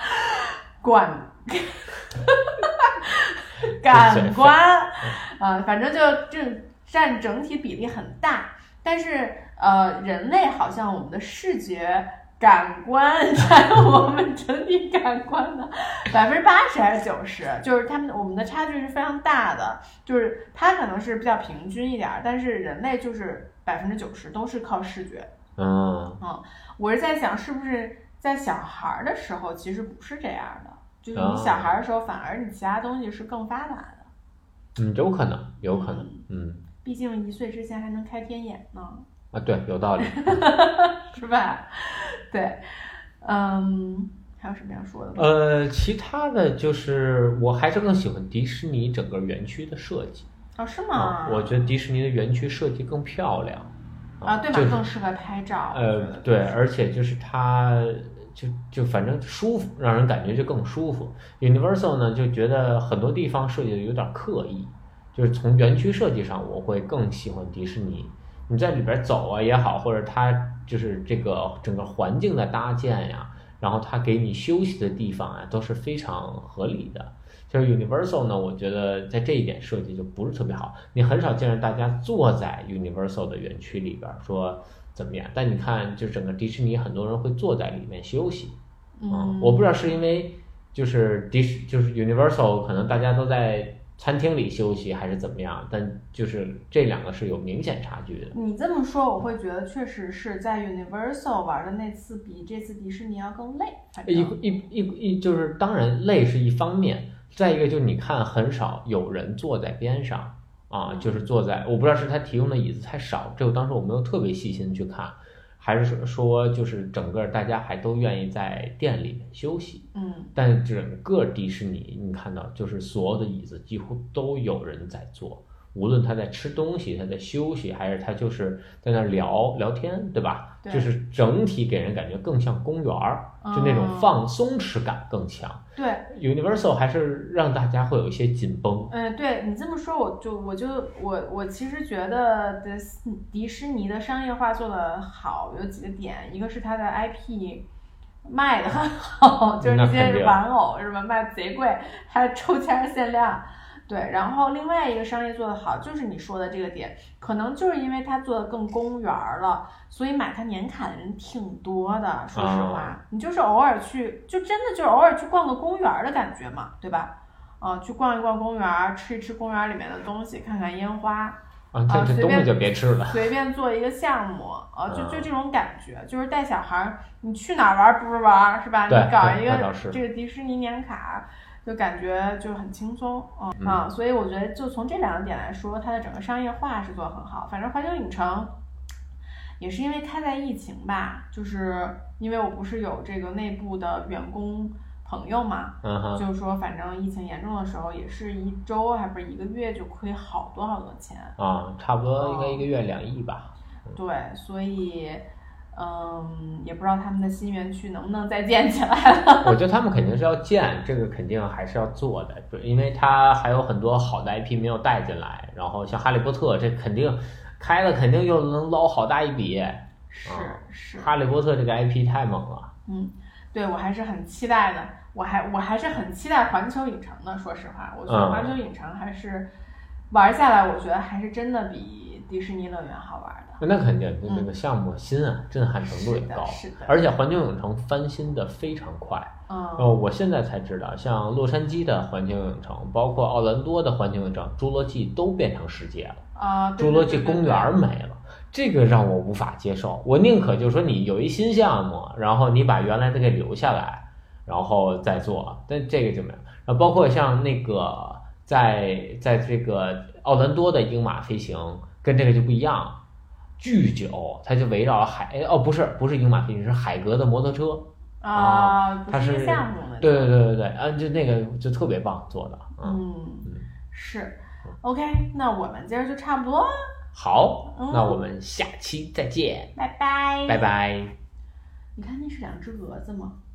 感官，反正就占整体比例很大，但是人类好像我们的视觉感官占我们整体感官的80%还是90%，就是我们的差距是非常大的，就是它可能是比较平均一点，但是人类就是90%都是靠视觉。我是在想是不是在小孩的时候其实不是这样的，就是你小孩的时候反而你其他东西是更发达的。 有可能。 毕竟1岁之前还能开天眼呢。 对，有道理。 是吧？对，还有什么要说的吗？ 其他的就是我还是更喜欢迪士尼整个园区的设计。 是吗？ 我觉得迪士尼的园区设计更漂亮。 对吧？更适合拍照。 对，而且就是它就反正舒服，让人感觉就更舒服。Universal 呢，就觉得很多地方设计的有点刻意，就是从园区设计上，我会更喜欢迪士尼。你在里边走啊也好，或者它就是这个整个环境的搭建呀，然后它给你休息的地方啊，都是非常合理的。就是 Universal 呢，我觉得在这一点设计就不是特别好，你很少见着大家坐在 Universal 的园区里边说怎么样，但你看，就整个迪士尼很多人会坐在里面休息。我不知道是因为就是Universal 可能大家都在餐厅里休息还是怎么样，但就是这两个是有明显差距的。 你这么说，我会觉得确实是在 Universal 玩的那次比这次迪士尼要更累。 就是当然累是一方面。再一个就是你看很少有人坐在边上就是坐在，我不知道是他提供的椅子太少，这个当时我没有特别细心去看，还是说就是整个大家还都愿意在店里面休息。但整个迪士尼你看到就是所有的椅子几乎都有人在坐，无论他在吃东西，他在休息，还是他就是在那聊天，对吧？ 对， 就是整体给人感觉更像公园，就那种放松弛感更强。 对 ，Universal 还是让大家会有一些紧绷。 对你这么说，我其实觉得迪士尼的商业化做得好有几个点，一个是它的 IP， 卖的很好，就是那那肯定些玩偶是吧，卖贼贵，还抽签限量。对，然后另外一个商业做得好，就是你说的这个点，可能就是因为它做的更公园了，所以买它年卡的人挺多的。说实话，你就是偶尔去，就真的就是偶尔去逛个公园的感觉嘛，对吧？去逛一逛公园，吃一吃公园里面的东西，看看烟花。 这东西就别吃了， 随便做一个项目就这种感觉，就是带小孩，你去哪玩不是玩是吧？你搞一个这个迪士尼年卡，就感觉就很轻松所以我觉得就从这两个点来说，它的整个商业化是做得很好。反正环球影城也是因为开在疫情吧，就是因为我不是有这个内部的员工朋友嘛，就是说反正疫情严重的时候，也是1周还不是1个月就亏好多钱差不多应该1个月2亿吧。 对，所以也不知道他们的新园区能不能再建起来了。 我觉得他们肯定是要建，这个肯定还是要做的，因为它还有很多好的 IP 没有带进来，然后像哈利波特这肯定开了，肯定又能捞好大一笔。 是， 哈利波特这个 IP 太猛了。 对，我还是很期待的。我还是很期待环球影城的，说实话，我觉得环球影城还是玩下来，我觉得还是真的比迪士尼乐园好玩的。 那肯定，那个项目新震撼程度也高， 是的。 而且环球影城翻新的非常快。我现在才知道，像洛杉矶的环球影城，包括奥兰多的环球影城，侏罗纪都变成世界了侏罗纪公园没了。这个让我无法接受，我宁可就是说你有一新项目，然后你把原来的给留下来，然后再做，但这个就没有。然后包括像那个在这个奥兰多的鹰马飞行跟这个就不一样，巨久，它就围绕不是鹰马飞行，是海格的摩托车它是项目的。 对，就那个就特别棒做的。 是 OK， 那我们今儿就差不多。 好，那我们下期再见， 拜拜。 拜拜。 你看那是2只蛾子吗？